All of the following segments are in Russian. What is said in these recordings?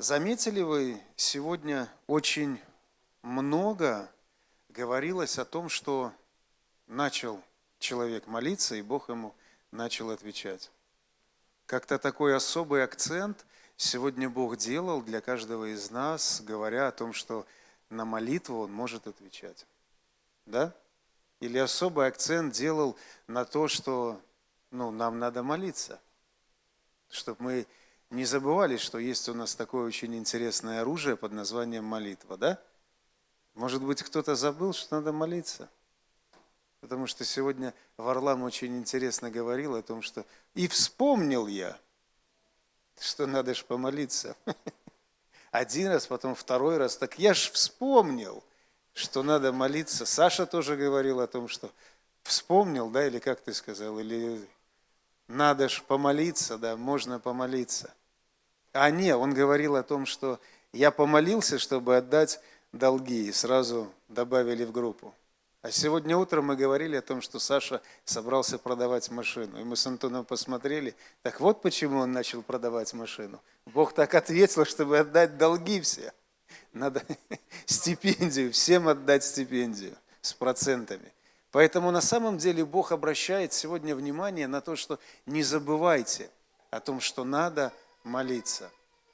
Заметили вы, сегодня очень много говорилось о том, что начал человек молиться, и Бог ему начал отвечать. Как-то такой особый акцент сегодня Бог делал для каждого из нас, говоря о том, что на молитву Он может отвечать. Да? Или особый акцент делал на то, что нам надо молиться, чтобы мы не забывали, что есть у нас такое очень интересное оружие под названием молитва, да? Может быть, кто-то забыл, что надо молиться? Потому что сегодня Варлам очень интересно говорил о том, что «и вспомнил я, что надо ж помолиться». Один раз, потом второй раз, так я ж вспомнил, что надо молиться. Саша тоже говорил о том, что вспомнил, да, или как ты сказал, или надо ж помолиться, да, можно помолиться. А не, он говорил о том, что я помолился, чтобы отдать долги, и сразу добавили в группу. А сегодня утром мы говорили о том, что Саша собрался продавать машину. И мы с Антоном посмотрели, так вот почему он начал продавать машину. Бог так ответил, чтобы отдать долги все. Надо стипендию, всем отдать стипендию с процентами. Поэтому на самом деле Бог обращает сегодня внимание на то, что не забывайте о том, что надо молиться.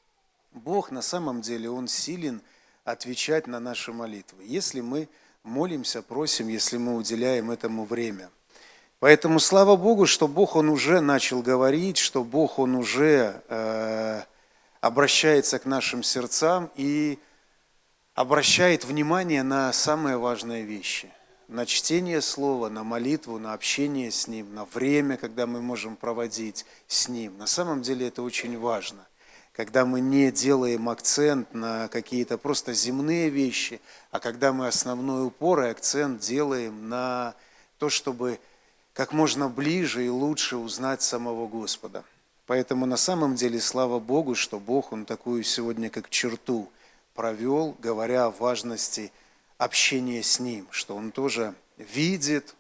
Бог на самом деле, Он силен отвечать на наши молитвы, если мы молимся, просим, если мы уделяем этому время. Поэтому слава Богу, что Бог, Он уже начал говорить, что Бог, Он уже обращается к нашим сердцам и обращает внимание на самые важные вещи. На чтение Слова, на молитву, на общение с Ним, на время, когда мы можем проводить с Ним. На самом деле это очень важно. Когда мы не делаем акцент на какие-то просто земные вещи, а когда мы основной упор и акцент делаем на то, чтобы как можно ближе и лучше узнать самого Господа. Поэтому на самом деле слава Богу, что Бог, Он такую сегодня как черту провел, говоря о важности общения с Ним, что Он тоже видит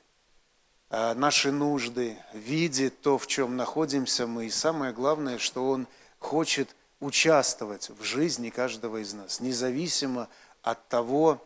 наши нужды, видит то, в чем находимся мы, и самое главное, что Он хочет участвовать в жизни каждого из нас, независимо от того,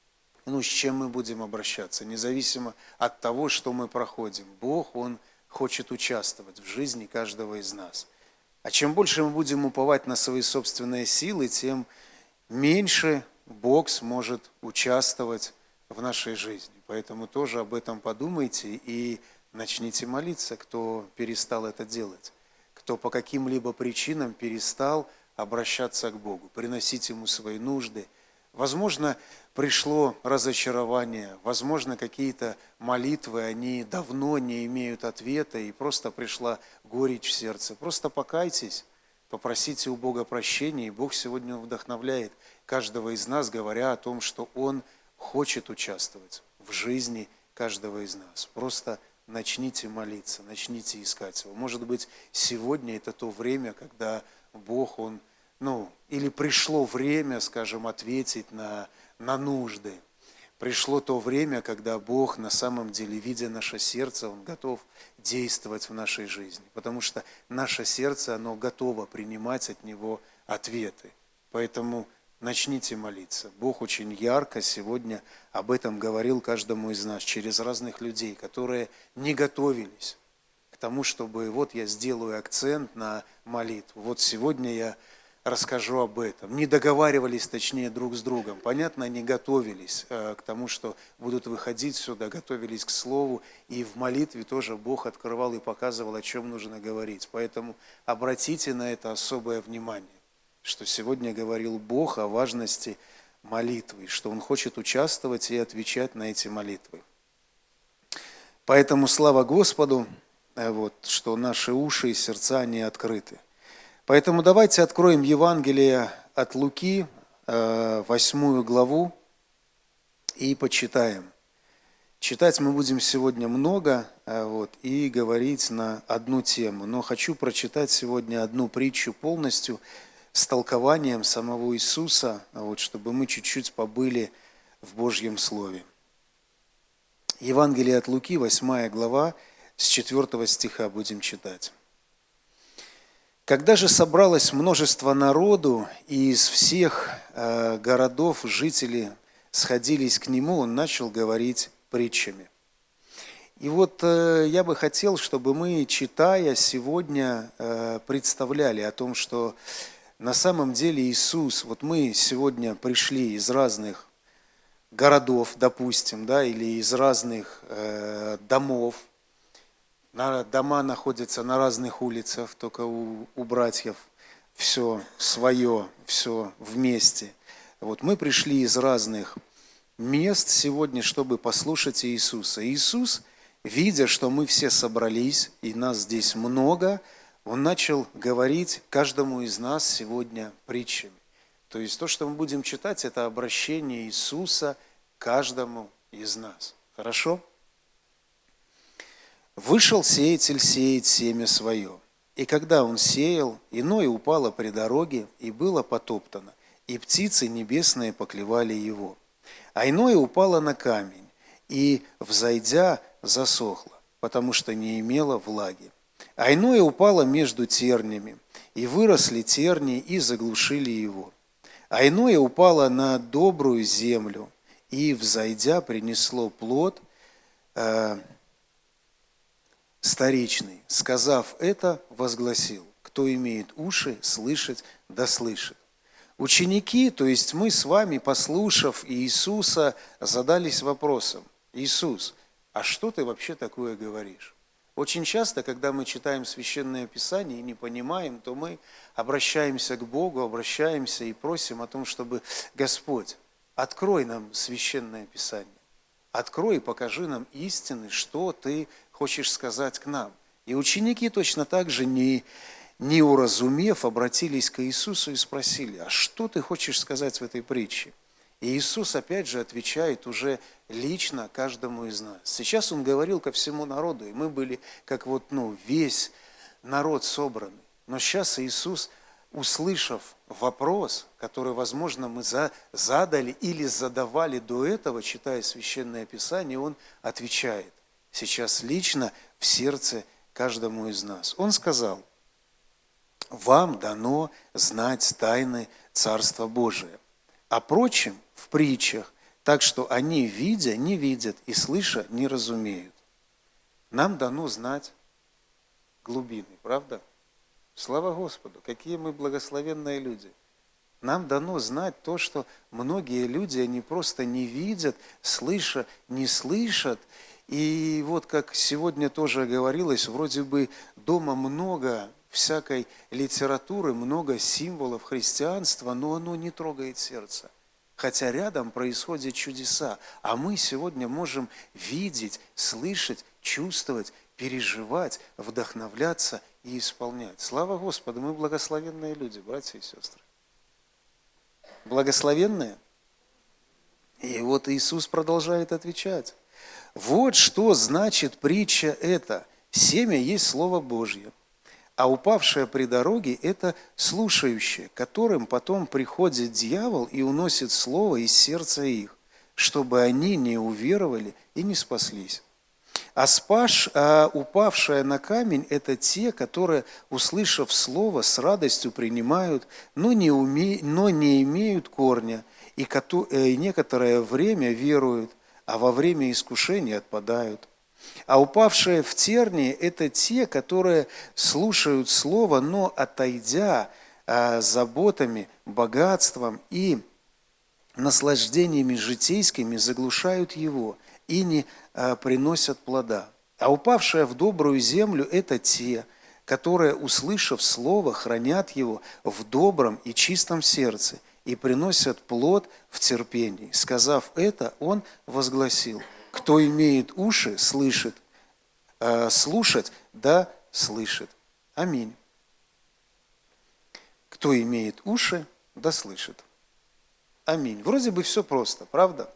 с чем мы будем обращаться, независимо от того, что мы проходим. Бог, Он хочет участвовать в жизни каждого из нас. А чем больше мы будем уповать на свои собственные силы, тем меньше Бог сможет участвовать в нашей жизни. Поэтому тоже об этом подумайте и начните молиться, кто перестал это делать. Кто по каким-либо причинам перестал обращаться к Богу, приносить Ему свои нужды. Возможно, пришло разочарование, возможно, какие-то молитвы, они давно не имеют ответа, и просто пришла горечь в сердце. Просто покайтесь, попросите у Бога прощения, и Бог сегодня вдохновляет каждого из нас, говоря о том, что Он хочет участвовать в жизни каждого из нас. Просто начните молиться, начните искать Его. Может быть, сегодня это то время, когда Бог, Он, или пришло время, скажем, ответить на нужды. Пришло то время, когда Бог на самом деле, видя наше сердце, Он готов действовать в нашей жизни. Потому что наше сердце, оно готово принимать от Него ответы. Поэтому начните молиться. Бог очень ярко сегодня об этом говорил каждому из нас через разных людей, которые не готовились к тому, чтобы вот я сделаю акцент на молитву. Вот сегодня я расскажу об этом. Не договаривались, точнее, друг с другом. Понятно, не готовились к тому, что будут выходить сюда, готовились к Слову. И в молитве тоже Бог открывал и показывал, о чем нужно говорить. Поэтому обратите на это особое внимание, что сегодня говорил Бог о важности молитвы, что Он хочет участвовать и отвечать на эти молитвы. Поэтому слава Господу, что наши уши и сердца, они открыты. Поэтому давайте откроем Евангелие от Луки, 8 главу, и почитаем. Читать мы будем сегодня много, и говорить на одну тему. Но хочу прочитать сегодня одну притчу полностью, с толкованием самого Иисуса, чтобы мы чуть-чуть побыли в Божьем Слове. Евангелие от Луки, 8 глава, с 4 стиха будем читать. Когда же собралось множество народу, и из всех городов жители сходились к нему, он начал говорить притчами. И вот я бы хотел, чтобы мы, читая сегодня, представляли о том, что на самом деле Иисус, вот мы сегодня пришли из разных городов, допустим, да, или из разных домов. Дома находятся на разных улицах, только у братьев все свое, все вместе. Вот мы пришли из разных мест сегодня, чтобы послушать Иисуса. Иисус, видя, что мы все собрались, и нас здесь много, Он начал говорить каждому из нас сегодня притчами. То есть то, что мы будем читать, это обращение Иисуса к каждому из нас. Хорошо? «Вышел сеятель сеять семя свое, и когда он сеял, иное упало при дороге, и было потоптано, и птицы небесные поклевали его. А иное упало на камень, и, взойдя, засохло, потому что не имело влаги. А иное упало между тернями, и выросли терни, и заглушили его. А иное упало на добрую землю, и, взойдя, принесло плод старичный. Сказав это, возгласил: кто имеет уши слышать, да слышит». Ученики, то есть мы с вами, послушав Иисуса, задались вопросом: Иисус, а что ты вообще такое говоришь? Очень часто, когда мы читаем Священное Писание и не понимаем, то мы обращаемся к Богу, обращаемся и просим о том, чтобы: Господь, открой нам Священное Писание, открой и покажи нам истины, что ты хочешь сказать к нам. И ученики точно так же, не уразумев, обратились к Иисусу и спросили: а что ты хочешь сказать в этой притче? И Иисус опять же отвечает уже лично каждому из нас. Сейчас Он говорил ко всему народу, и мы были как весь народ собранный. Но сейчас Иисус, услышав вопрос, который, возможно, мы задали или задавали до этого, читая Священное Писание, Он отвечает сейчас лично в сердце каждому из нас. Он сказал: вам дано знать тайны Царства Божия, а прочим в притчах, так что они, видя, не видят, и слыша, не разумеют. Нам дано знать глубины, правда? Слава Господу, какие мы благословенные люди. Нам дано знать то, что многие люди, они просто не видят, слыша, не слышат. И вот как сегодня тоже говорилось, вроде бы дома много всякой литературы, много символов христианства, но оно не трогает сердце. Хотя рядом происходят чудеса, а мы сегодня можем видеть, слышать, чувствовать, переживать, вдохновляться и исполнять. Слава Господу, мы благословенные люди, братья и сестры. Благословенные. И вот Иисус продолжает отвечать. Вот что значит притча эта. Семя есть Слово Божье, а упавшее при дороге – это слушающие, которым потом приходит дьявол и уносит слово из сердца их, чтобы они не уверовали и не спаслись. А упавшее на камень – это те, которые, услышав слово, с радостью принимают, но не имеют корня, и некоторое время веруют, а во время искушения отпадают. А упавшие в тернии – это те, которые слушают слово, но, отойдя заботами, богатством и наслаждениями житейскими, заглушают его и не приносят плода. А упавшие в добрую землю – это те, которые, услышав слово, хранят его в добром и чистом сердце и приносят плод в терпении. Сказав это, он возгласил: кто имеет уши, слышит, слушать, да слышит. Аминь. Кто имеет уши, да слышит. Аминь. Вроде бы все просто, правда?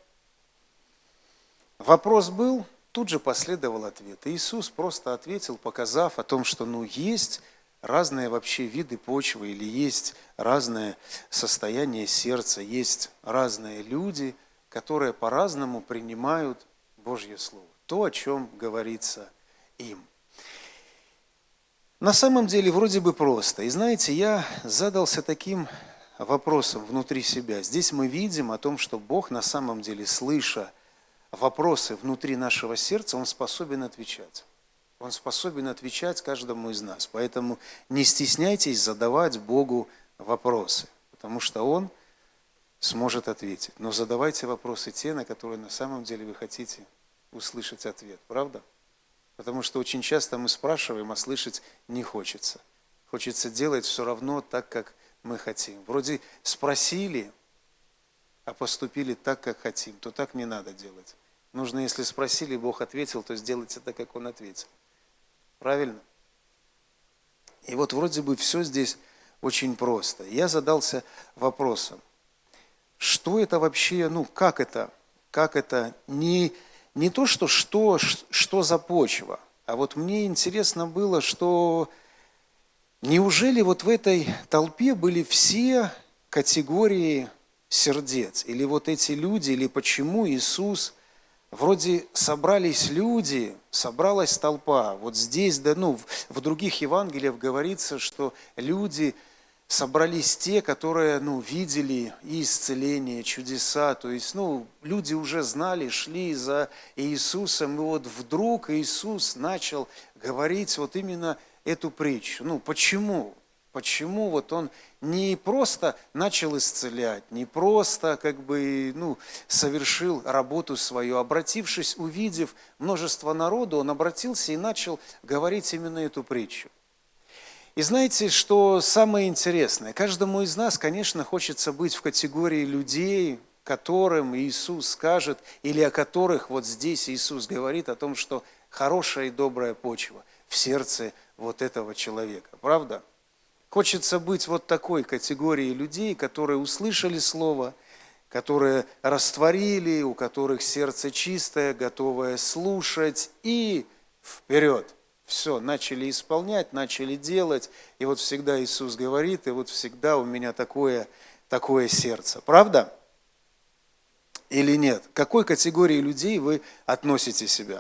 Вопрос был, тут же последовал ответ. Иисус просто ответил, показав о том, что есть разные вообще виды почвы, или есть разное состояние сердца, есть разные люди, которые по-разному принимают Божье Слово, то, о чем говорится им. На самом деле вроде бы просто. И знаете, я задался таким вопросом внутри себя. Здесь мы видим о том, что Бог на самом деле, слыша вопросы внутри нашего сердца, Он способен отвечать. Он способен отвечать каждому из нас. Поэтому не стесняйтесь задавать Богу вопросы, потому что Он сможет ответить. Но задавайте вопросы те, на которые на самом деле вы хотите услышать ответ. Правда? Потому что очень часто мы спрашиваем, а слышать не хочется. Хочется делать все равно так, как мы хотим. Вроде спросили, а поступили так, как хотим, то так не надо делать. Нужно, если спросили, Бог ответил, то сделайте так, как Он ответил. Правильно? И вот вроде бы все здесь очень просто. Я задался вопросом, что это вообще, как это? Не то, что за почва, а вот мне интересно было, что неужели вот в этой толпе были все категории сердец? Или вот эти люди, или почему Иисус, вроде собрались люди, собралась толпа. Вот здесь, в других Евангелиях говорится, что люди собрались те, которые, видели и исцеление, чудеса, то есть, люди уже знали, шли за Иисусом, и вот вдруг Иисус начал говорить вот именно эту притчу. Почему? Почему вот Он не просто начал исцелять, не просто совершил работу свою, обратившись, увидев множество народу, Он обратился и начал говорить именно эту притчу. И знаете, что самое интересное? Каждому из нас, конечно, хочется быть в категории людей, которым Иисус скажет, или о которых вот здесь Иисус говорит о том, что хорошая и добрая почва в сердце вот этого человека. Правда? Хочется быть вот такой категорией людей, которые услышали Слово, которые растворили, у которых сердце чистое, готовое слушать и вперед. Все, начали исполнять, начали делать. И вот всегда Иисус говорит, и вот всегда у меня такое сердце. Правда? Или нет? К какой категории людей вы относите себя?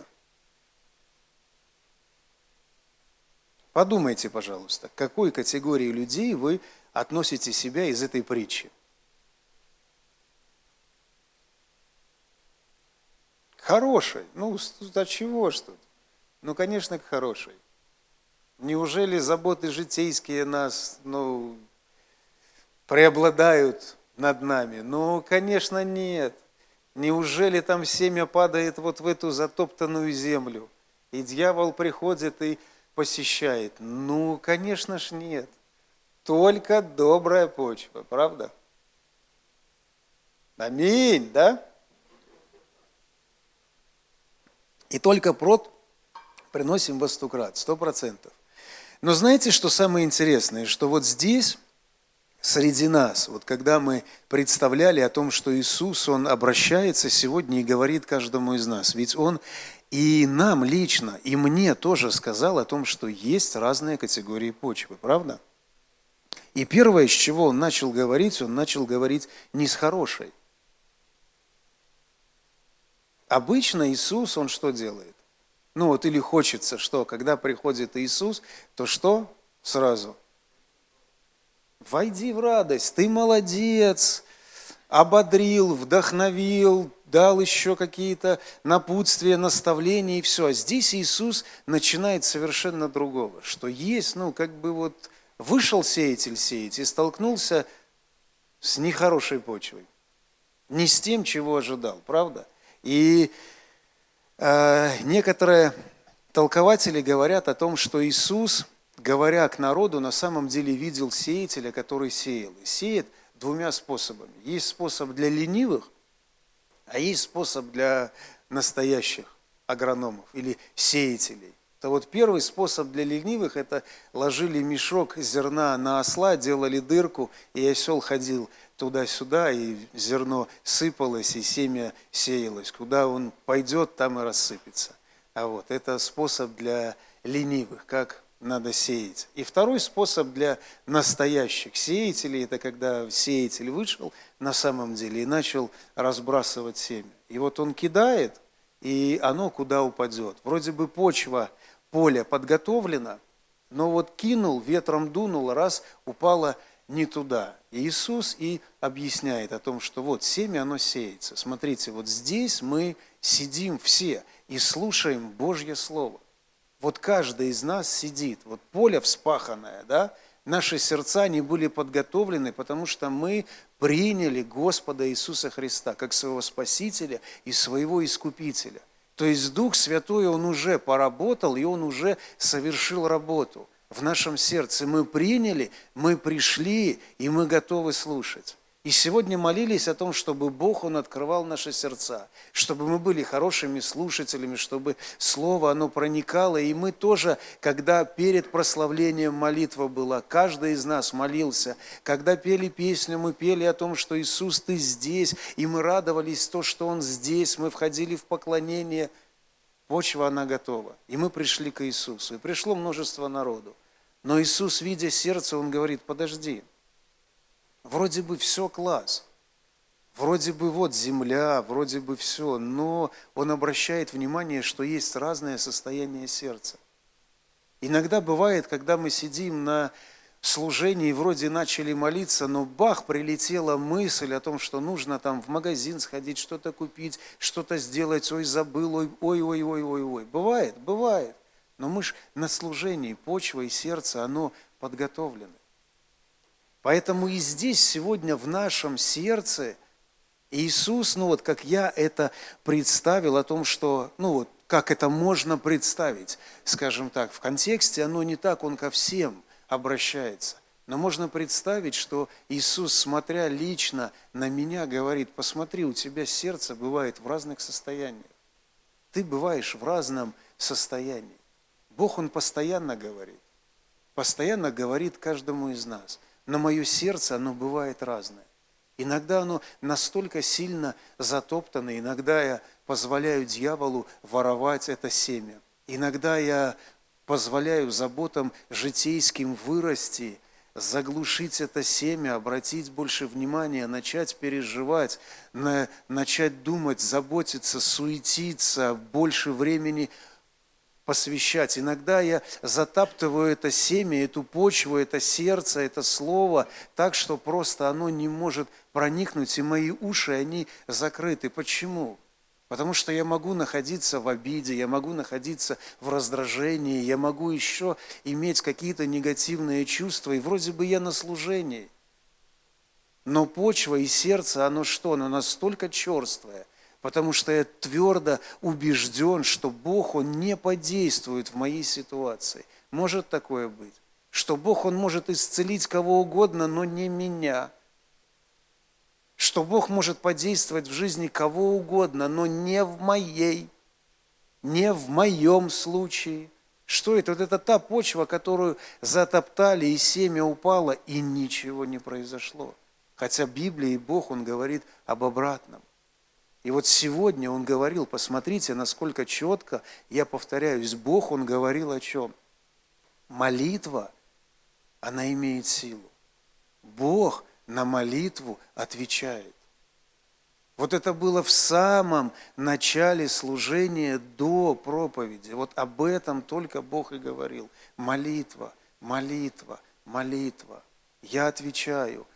Подумайте, пожалуйста, к какой категории людей вы относите себя из этой притчи? Хорошей. А чего ж тут? Конечно, к хорошей. Неужели заботы житейские нас, преобладают над нами? Конечно, нет. Неужели там семя падает вот в эту затоптанную землю, и дьявол приходит и посещает? Конечно ж нет. Только добрая почва, правда? Аминь, да? И только плод приносим во 100 крат, 100%. Но знаете, что самое интересное? Что вот здесь, среди нас, вот когда мы представляли о том, что Иисус, Он обращается сегодня и говорит каждому из нас, ведь Он и нам лично, и мне тоже сказал о том, что есть разные категории почвы, правда? И первое, с чего Он начал говорить не с хорошей. Обычно Иисус, Он что делает? Или хочется, что, когда приходит Иисус, то что сразу? Войди в радость, ты молодец, ободрил, вдохновил, дал еще какие-то напутствия, наставления и все. А здесь Иисус начинает совершенно другого, что есть, вышел сеятель сеять и столкнулся с нехорошей почвой, не с тем, чего ожидал, правда? И некоторые толкователи говорят о том, что Иисус, говоря к народу, на самом деле видел сеятеля, который сеял. И сеет двумя способами. Есть способ для ленивых, а есть способ для настоящих агрономов или сеятелей. То вот первый способ для ленивых – это ложили мешок зерна на осла, делали дырку, и осел ходил туда-сюда, и зерно сыпалось, и семя сеялось. Куда он пойдет, там и рассыпется. Это способ для ленивых, как надо сеять. И второй способ для настоящих сеятелей – это когда сеятель вышел на самом деле и начал разбрасывать семя. И вот он кидает, и оно куда упадет. Вроде бы почва, поле подготовлено, Но вот кинул, ветром дунул, раз, упало не туда. И Иисус и объясняет о том, что вот семя, оно сеется. Смотрите, вот здесь мы сидим все и слушаем Божье Слово. Вот каждый из нас сидит, вот поле вспаханное, да, наши сердца не были подготовлены, потому что мы приняли Господа Иисуса Христа как своего Спасителя и своего Искупителя. То есть Дух Святой, Он уже поработал, и Он уже совершил работу. В нашем сердце мы приняли, мы пришли, и мы готовы слушать. И сегодня молились о том, чтобы Бог, Он открывал наши сердца, чтобы мы были хорошими слушателями, чтобы Слово, оно проникало. И мы тоже, когда перед прославлением молитва была, каждый из нас молился. Когда пели песню, мы пели о том, что Иисус, Ты здесь, и мы радовались то, что Он здесь, мы входили в поклонение. Почва, она готова. И мы пришли к Иисусу, и пришло множество народу. Но Иисус, видя сердце, Он говорит: подожди. Вроде бы все класс, вроде бы вот земля, вроде бы все, но Он обращает внимание, что есть разное состояние сердца. Иногда бывает, когда мы сидим на служении, вроде начали молиться, но бах, прилетела мысль о том, что нужно там в магазин сходить, что-то купить, что-то сделать, ой, забыл, ой. Бывает. Но мы ж на служении, почва и сердце, оно подготовлены. Поэтому и здесь сегодня в нашем сердце Иисус, ну вот как я это представил, о том, что, ну вот как это можно представить, скажем так, в контексте оно не так, Он ко всем обращается. Но можно представить, что Иисус, смотря лично на меня, говорит: посмотри, у тебя сердце бывает в разных состояниях. Ты бываешь в разном состоянии. Бог, Он постоянно говорит каждому из нас. Но мое сердце, оно бывает разное. Иногда оно настолько сильно затоптано, иногда я позволяю дьяволу воровать это семя. Иногда я позволяю заботам житейским вырасти, заглушить это семя, обратить больше внимания, начать переживать, начать думать, заботиться, суетиться, больше времени посвящать. Иногда я затаптываю это семя, эту почву, это сердце, это слово так, что просто оно не может проникнуть, и мои уши, они закрыты. Почему? Потому что я могу находиться в обиде, я могу находиться в раздражении, я могу еще иметь какие-то негативные чувства, и вроде бы я на служении. Но почва и сердце, оно что? Оно настолько черствое, потому что я твердо убежден, что Бог, Он не подействует в моей ситуации. Может такое быть? Что Бог, Он может исцелить кого угодно, но не меня. Что Бог может подействовать в жизни кого угодно, но не в моей, не в моем случае. Что это? Вот это та почва, которую затоптали, и семя упало, и ничего не произошло. Хотя Библия и Бог, Он говорит об обратном. И вот сегодня Он говорил, посмотрите, насколько четко, я повторяюсь, Бог, Он говорил о чем? Молитва, она имеет силу. Бог на молитву отвечает. Вот это было в самом начале служения до проповеди. Вот об этом только Бог и говорил. Молитва, молитва, молитва. Я отвечаю.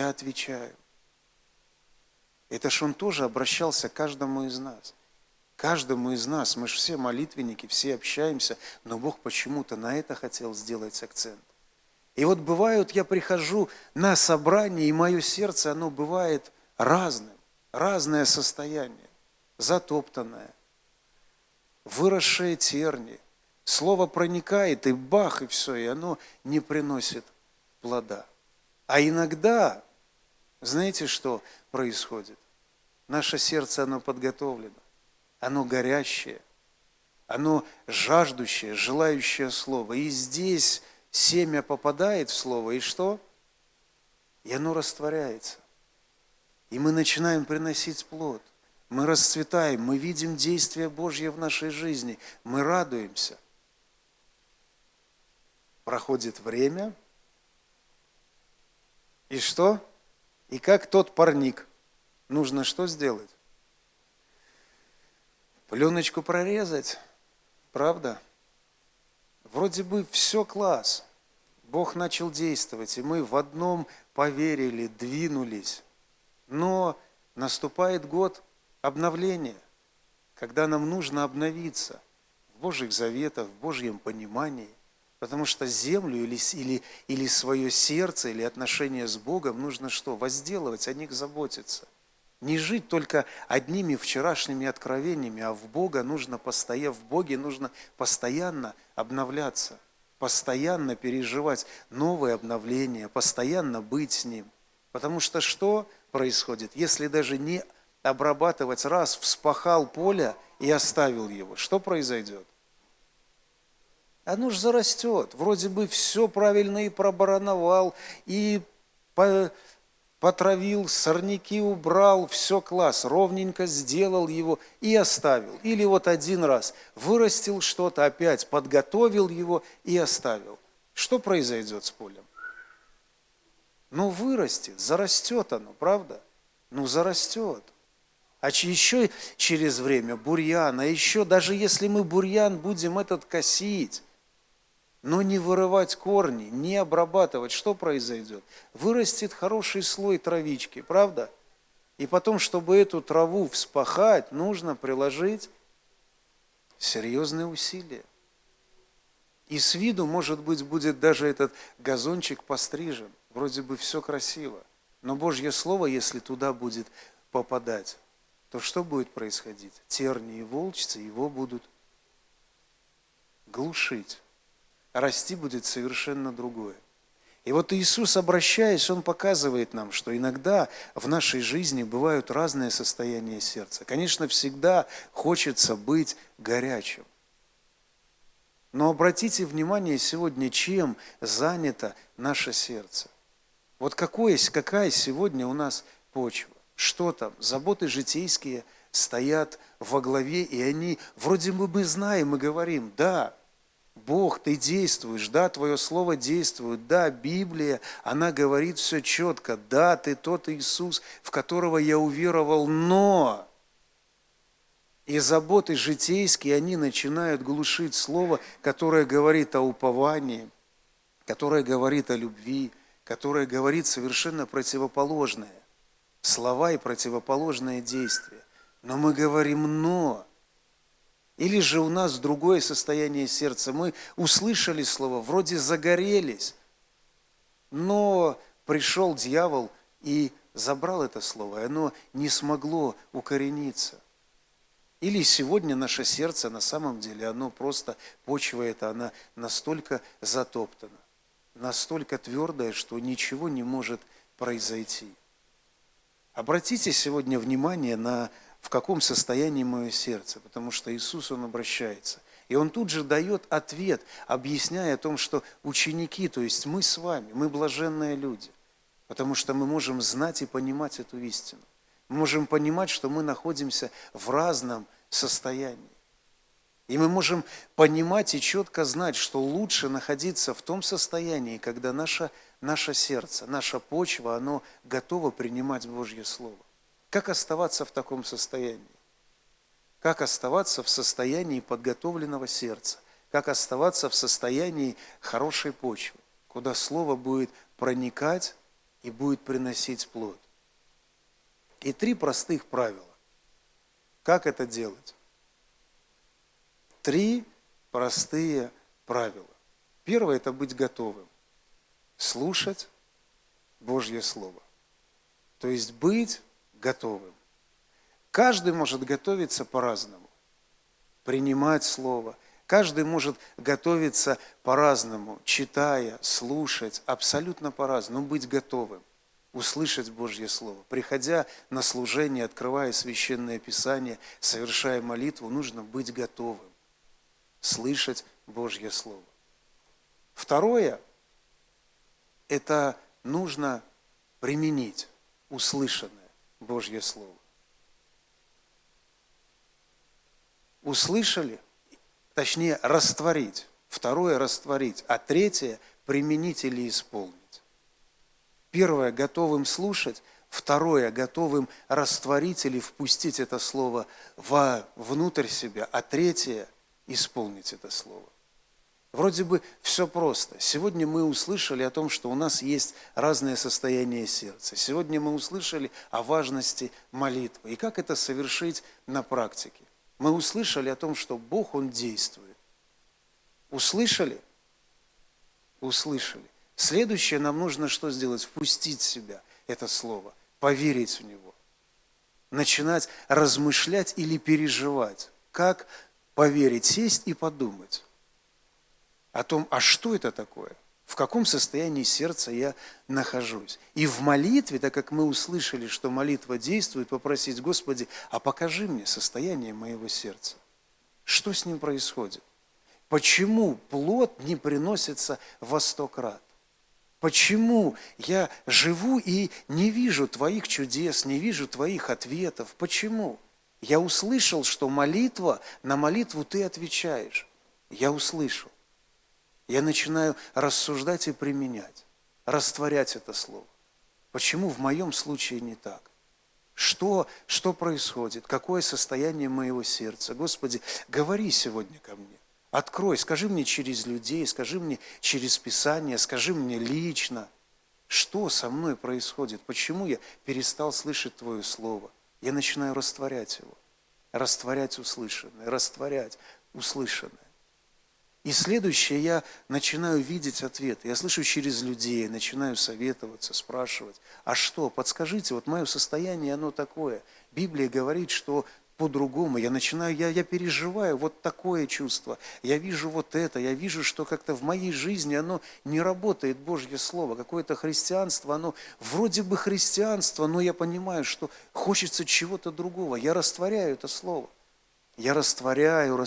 Это ж Он тоже обращался к каждому из нас. Каждому из нас. Мы же все молитвенники, все общаемся, но Бог почему-то на это хотел сделать акцент. И вот бывают, я прихожу на собрание, и мое сердце, оно бывает разным. Разное состояние. Затоптанное. Выросшие терни. Слово проникает, и бах, и все, и оно не приносит плода. А иногда, знаете, что происходит? Наше сердце, оно подготовлено, оно горящее, оно жаждущее, желающее слова. И здесь семя попадает в слово, и что? И оно растворяется. И мы начинаем приносить плод. Мы расцветаем, мы видим действие Божье в нашей жизни, мы радуемся. Проходит время, и что? И как тот парник, нужно что сделать? Пленочку прорезать, правда? Вроде бы все класс. Бог начал действовать, и мы в одном поверили, двинулись. Но наступает год обновления, когда нам нужно обновиться в Божьих заветах, в Божьем понимании, потому что землю или свое сердце, или отношения с Богом нужно что? Возделывать, о них заботиться. Не жить только одними вчерашними откровениями, а в Боге нужно постоянно обновляться, постоянно переживать новые обновления, постоянно быть с Ним. Потому что что происходит? Если даже не обрабатывать, раз вспахал поле и оставил его, что произойдет? Оно же зарастет. Вроде бы все правильно и пробароновал, и потравил, сорняки убрал, все класс, ровненько сделал его и оставил. Или вот один раз вырастил что-то, опять подготовил его и оставил. Что произойдет с полем? Ну, вырастет, зарастет оно, правда? Ну, зарастет. А еще через время бурьян, а еще даже если мы бурьян будем этот косить, но не вырывать корни, не обрабатывать, что произойдет? Вырастет хороший слой травички, правда? И потом, чтобы эту траву вспахать, нужно приложить серьезные усилия. И с виду, может быть, будет даже этот газончик пострижен. Вроде бы все красиво. Но Божье Слово, если туда будет попадать, то что будет происходить? Тернии и волчцы его будут глушить. Расти будет совершенно другое. И вот Иисус, обращаясь, Он показывает нам, что иногда в нашей жизни бывают разные состояния сердца. Конечно, всегда хочется быть горячим. Но обратите внимание сегодня, чем занято наше сердце. Вот какая сегодня у нас почва? Что там? Заботы житейские стоят во главе, и они, вроде бы мы знаем и говорим, да, Бог, Ты действуешь, да, Твое Слово действует, да, Библия, она говорит все четко, да, Ты тот Иисус, в которого я уверовал, но и заботы житейские, они начинают глушить Слово, которое говорит о уповании, которое говорит о любви, которое говорит совершенно противоположное. Слова и противоположное действие. Но мы говорим «но». Или же у нас другое состояние сердца. Мы услышали слово, вроде загорелись, но пришел дьявол и забрал это слово, и оно не смогло укорениться. Или сегодня наше сердце на самом деле, оно просто, почва эта, она настолько затоптана, настолько твердая, что ничего не может произойти. Обратите сегодня внимание на в каком состоянии мое сердце, потому что Иисус, Он обращается. И Он тут же дает ответ, объясняя о том, что ученики, то есть мы с вами, мы блаженные люди, потому что мы можем знать и понимать эту истину. Мы можем понимать, что мы находимся в разном состоянии. И мы можем понимать и четко знать, что лучше находиться в том состоянии, когда наше сердце, наша почва, оно готово принимать Божье Слово. Как оставаться в таком состоянии? Как оставаться в состоянии подготовленного сердца? Как оставаться в состоянии хорошей почвы, куда Слово будет проникать и будет приносить плод? И 3 простых правила. Как это делать? 3 простые правила. Первое – это быть готовым. Слушать Божье Слово. То есть быть готовым. Каждый может готовиться по-разному. Принимать Слово. Каждый может готовиться по-разному, читая, слушать, абсолютно по-разному, но быть готовым. Услышать Божье Слово. Приходя на служение, открывая Священное Писание, совершая молитву, нужно быть готовым. Слышать Божье Слово. Второе – это нужно применить услышанное Божье Слово. Услышали, точнее растворить. Второе – растворить, а третье – применить или исполнить. Первое – готовым слушать, второе – готовым растворить или впустить это слово внутрь себя, а третье – исполнить это слово. Вроде бы все просто. Сегодня мы услышали о том, что у нас есть разные состояния сердца. Сегодня мы услышали о важности молитвы и как это совершить на практике. Мы услышали о том, что Бог, Он действует. Услышали? Услышали. Следующее нам нужно что сделать? Впустить в себя это слово, поверить в него, начинать размышлять или переживать. Как поверить? Сесть и подумать о том, а что это такое? В каком состоянии сердца я нахожусь? И в молитве, так как мы услышали, что молитва действует, попросить: Господи, а покажи мне состояние моего сердца. Что с ним происходит? Почему плод не приносится во 100 крат? Почему я живу и не вижу Твоих чудес, не вижу Твоих ответов? Почему? Я услышал, что молитва, на молитву Ты отвечаешь. Я услышал. Я начинаю рассуждать и применять, растворять это слово. Почему в моем случае не так? Что происходит? Какое состояние моего сердца? Господи, говори сегодня ко мне. Открой, скажи мне через людей, скажи мне через Писание, скажи мне лично, что со мной происходит, почему я перестал слышать Твое Слово. Я начинаю растворять его, растворять услышанное, растворять услышанное. И следующее, я начинаю видеть ответы. Я слышу через людей, начинаю советоваться, спрашивать, а что, подскажите, вот мое состояние, оно такое. Библия говорит, что по-другому. Я переживаю вот такое чувство. Я вижу вот это, я вижу, что как-то в моей жизни оно не работает, Божье Слово. Какое-то христианство, оно вроде бы христианство, но я понимаю, что хочется чего-то другого. Я растворяю это Слово. Я растворяю.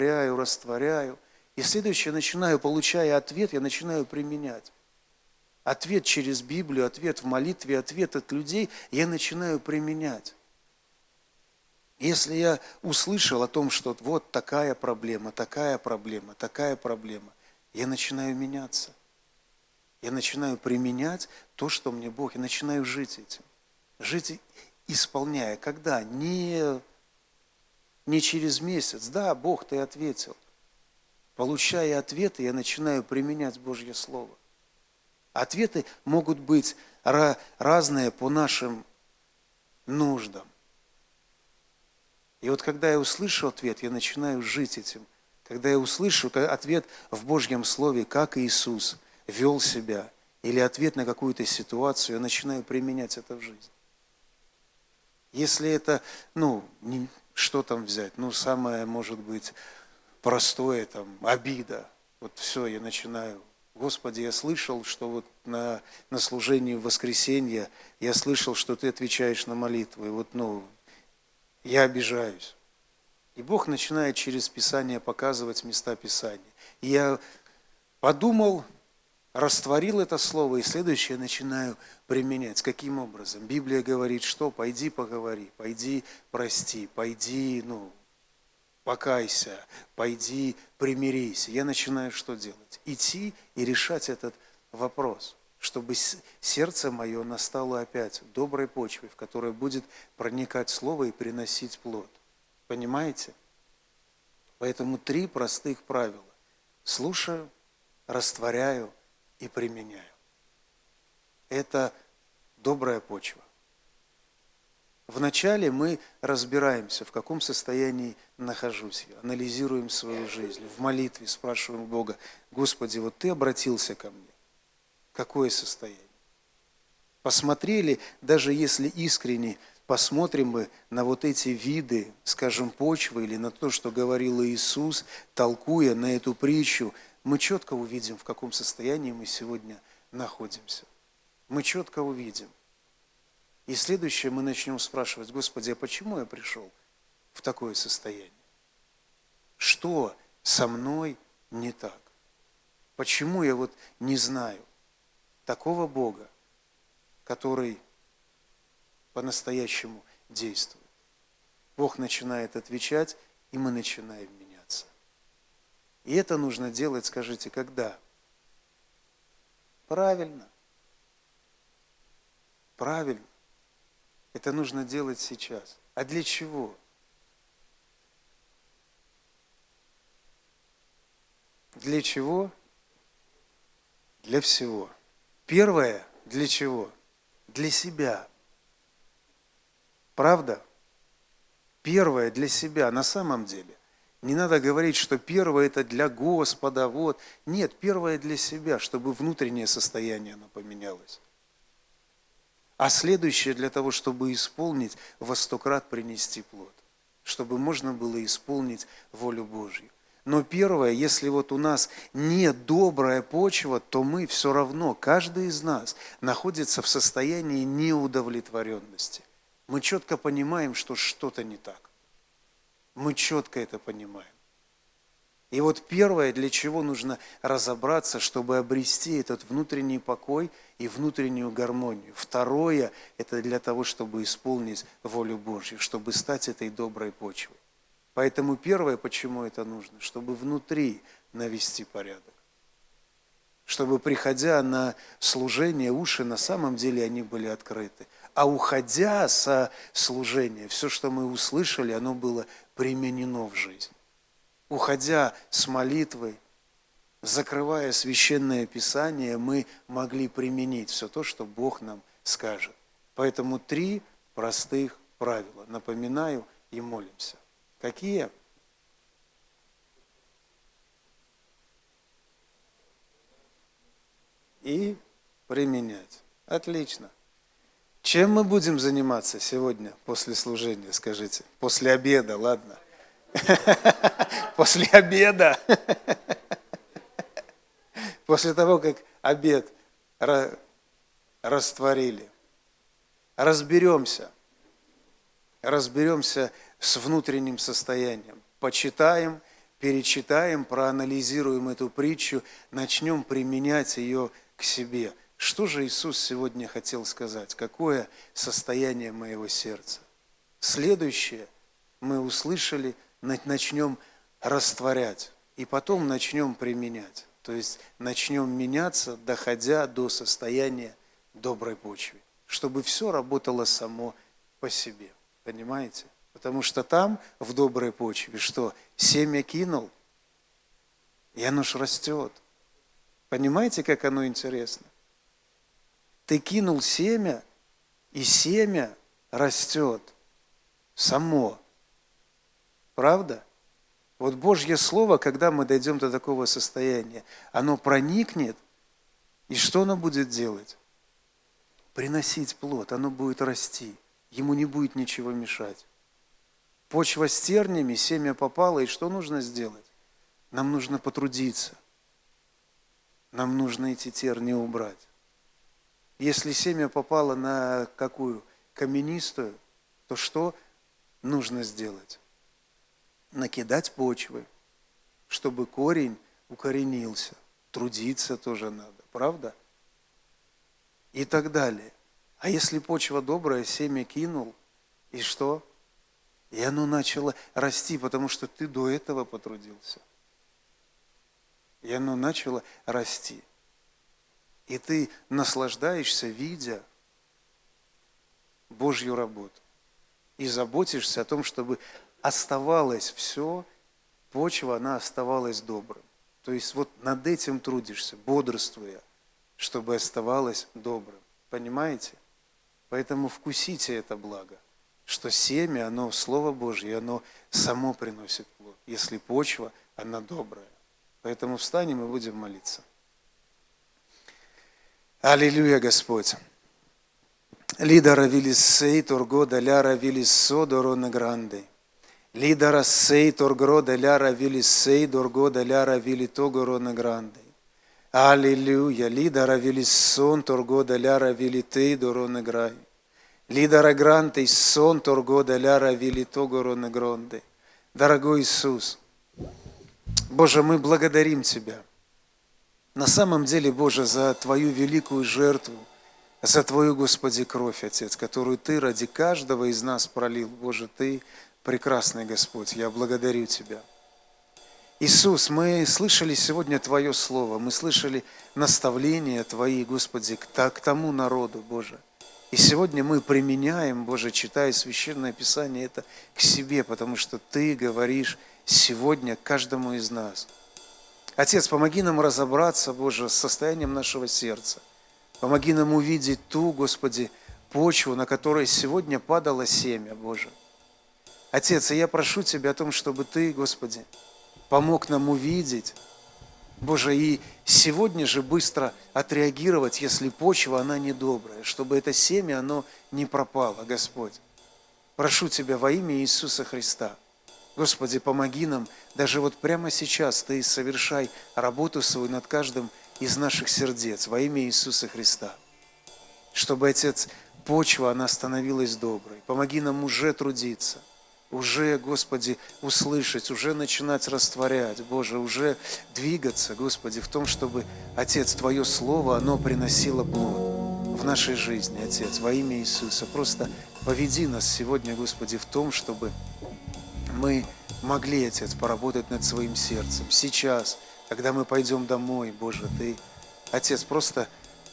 И следующее, получая ответ, я начинаю применять. Ответ через Библию, ответ в молитве, ответ от людей, я начинаю применять. Если я услышал о том, что вот такая проблема, я начинаю меняться. Я начинаю применять то, что мне Бог, я начинаю жить этим. Жить, исполняя. Когда? Не через месяц. Да, Бог, Ты ответил. Получая ответы, я начинаю применять Божье Слово. Ответы могут быть разные по нашим нуждам. И вот когда я услышу ответ, я начинаю жить этим. Когда я услышу ответ в Божьем Слове, как Иисус вел себя, или ответ на какую-то ситуацию, я начинаю применять это в жизнь. Если это, что там взять? Самое, может быть, простое, обида. Вот все, я начинаю. Господи, я слышал, что вот на служении в воскресенье, я слышал, что Ты отвечаешь на молитвы. И вот, я обижаюсь. И Бог начинает через Писание показывать места Писания. И я подумал, растворил это слово, и следующее начинаю применять. Каким образом? Библия говорит, что? Пойди поговори, пойди прости, пойди, покайся, пойди примирись. Я начинаю что делать? Идти и решать этот вопрос, чтобы сердце мое настало опять доброй почвой, в которой будет проникать слово и приносить плод. Понимаете? Поэтому 3 простых правила. Слушаю, растворяю и применяю. Это добрая почва. Вначале мы разбираемся, в каком состоянии нахожусь я, анализируем свою жизнь, в молитве спрашиваем Бога: Господи, вот Ты обратился ко мне, какое состояние? Посмотрели, даже если искренне, посмотрим мы на вот эти виды, скажем, почвы, или на то, что говорил Иисус, толкуя на эту притчу, мы четко увидим, в каком состоянии мы сегодня находимся. Мы четко увидим. И следующее, мы начнем спрашивать: Господи, а почему я пришел в такое состояние? Что со мной не так? Почему я не знаю такого Бога, который по-настоящему действует? Бог начинает отвечать, и мы начинаем меняться. И это нужно делать, скажите, когда? Правильно. Правильно. Это нужно делать сейчас. А для чего? для чего? Для всего. Первое для чего? Для себя. Правда? Первое для себя на самом деле. Не надо говорить, что первое это для Господа, вот. Нет, первое для себя, чтобы внутреннее состояние оно поменялось. А следующее для того, чтобы исполнить, во 100 крат принести плод. Чтобы можно было исполнить волю Божью. Но первое, если вот у нас не добрая почва, то мы все равно, каждый из нас находится в состоянии неудовлетворенности. Мы четко понимаем, что что-то не так. Мы четко это понимаем. И вот первое, для чего нужно разобраться, чтобы обрести этот внутренний покой и внутреннюю гармонию. Второе, это для того, чтобы исполнить волю Божью, чтобы стать этой доброй почвой. Поэтому первое, почему это нужно, чтобы внутри навести порядок. Чтобы, приходя на служение, уши на самом деле они были открыты. А уходя со служения, все, что мы услышали, оно было применено в жизнь. Уходя с молитвы, закрывая священное писание, мы могли применить все то, что Бог нам скажет. Поэтому 3 простых правила. Напоминаю и молимся. Какие? И применять. Отлично. Чем мы будем заниматься сегодня после служения, скажите? После обеда, ладно? После обеда. После того, как обед растворили. Разберемся с внутренним состоянием. Почитаем, перечитаем, проанализируем эту притчу, начнем применять ее к себе. Что же Иисус сегодня хотел сказать? Какое состояние моего сердца? Следующее мы услышали, начнем растворять, и потом начнем применять. То есть начнем меняться, доходя до состояния доброй почвы, чтобы все работало само по себе. Понимаете? Потому что там, в доброй почве, что? Семя кинул, и оно ж растет. Понимаете, как оно интересно? Ты кинул семя, и семя растет само. Правда? Вот Божье Слово, когда мы дойдем до такого состояния, оно проникнет, и что оно будет делать? Приносить плод, оно будет расти, ему не будет ничего мешать. Почва с тернями, семя попало, и что нужно сделать? Нам нужно потрудиться. Нам нужно эти терни убрать. Если семя попало на какую? Каменистую, то что нужно сделать? Накидать почвы, чтобы корень укоренился. Трудиться тоже надо, правда? И так далее. А если почва добрая, семя кинул, и что? И оно начало расти, потому что ты до этого потрудился. И оно начало расти. И ты наслаждаешься, видя Божью работу. И заботишься о том, чтобы оставалось все, почва, она оставалась добрым. То есть вот над этим трудишься, бодрствуя, чтобы оставалось добрым. Понимаете? Поэтому вкусите это благо, что семя, оно, Слово Божье, оно само приносит плод, если почва, она добрая. Поэтому встанем и будем молиться. Аллилуйя, Господь. Лидара вилиссей торго даляра вилиссо дорона гранде. Лидара сей торгро даляра вилиссей дорго даляра вилито горона гранде. Аллилуйя. Лидара вилиссон торго даляра вилитей дорона грай. Лидара гранте сон торго даляра вилито горона гранде. Дорогой Иисус, Боже, мы благодарим Тебя. На самом деле, Боже, за Твою великую жертву, за Твою, Господи, кровь, Отец, которую Ты ради каждого из нас пролил. Боже, Ты прекрасный Господь, я благодарю Тебя. Иисус, мы слышали сегодня Твое Слово, мы слышали наставления Твои, Господи, к тому народу, Боже. И сегодня мы применяем, Боже, читая Священное Писание, это к себе, потому что Ты говоришь сегодня каждому из нас. Отец, помоги нам разобраться, Боже, с состоянием нашего сердца. Помоги нам увидеть ту, Господи, почву, на которой сегодня падало семя, Боже. Отец, и я прошу Тебя о том, чтобы Ты, Господи, помог нам увидеть, Боже, и сегодня же быстро отреагировать, если почва, она недобрая, чтобы это семя, оно не пропало, Господь. Прошу Тебя во имя Иисуса Христа. Господи, помоги нам, даже вот прямо сейчас Ты совершай работу свою над каждым из наших сердец во имя Иисуса Христа. Чтобы, Отец, почва, она становилась доброй. Помоги нам уже трудиться, уже, Господи, услышать, уже начинать растворять, Боже, уже двигаться, Господи, в том, чтобы, Отец, Твое Слово, оно приносило плод в нашей жизни, Отец, во имя Иисуса. Просто поведи нас сегодня, Господи, в том, чтобы мы могли, Отец, поработать над своим сердцем. Сейчас, когда мы пойдем домой, Боже, Ты, Отец, просто,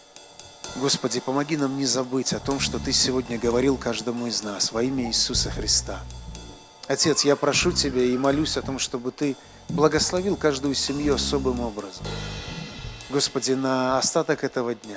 Господи, помоги нам не забыть о том, что Ты сегодня говорил каждому из нас во имя Иисуса Христа. Отец, я прошу Тебя и молюсь о том, чтобы Ты благословил каждую семью особым образом. Господи, на остаток этого дня.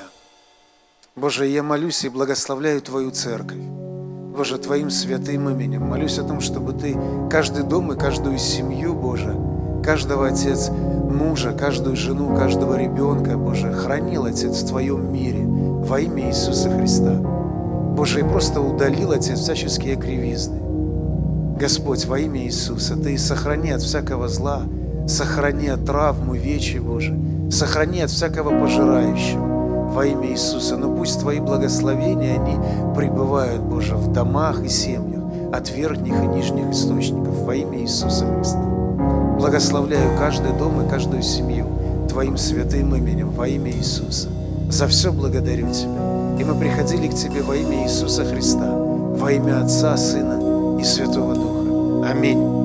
Боже, я молюсь и благословляю Твою церковь. Боже, Твоим святым именем. Молюсь о том, чтобы Ты каждый дом и каждую семью, Боже, каждого, Отец, мужа, каждую жену, каждого ребенка, Боже, хранил, Отец, в Твоем мире во имя Иисуса Христа. Боже, и просто удалил, Отец, всяческие кривизны. Господь, во имя Иисуса, Ты сохрани от всякого зла, сохрани от травм, увечий, Боже, сохрани от всякого пожирающего во имя Иисуса. Но пусть Твои благословения, они пребывают, Боже, в домах и семьях, от верхних и нижних источников во имя Иисуса Христа. Благословляю каждый дом и каждую семью Твоим святым именем во имя Иисуса. За все благодарю Тебя. И мы приходили к Тебе во имя Иисуса Христа, во имя Отца, Сына и Святого Духа. Аминь.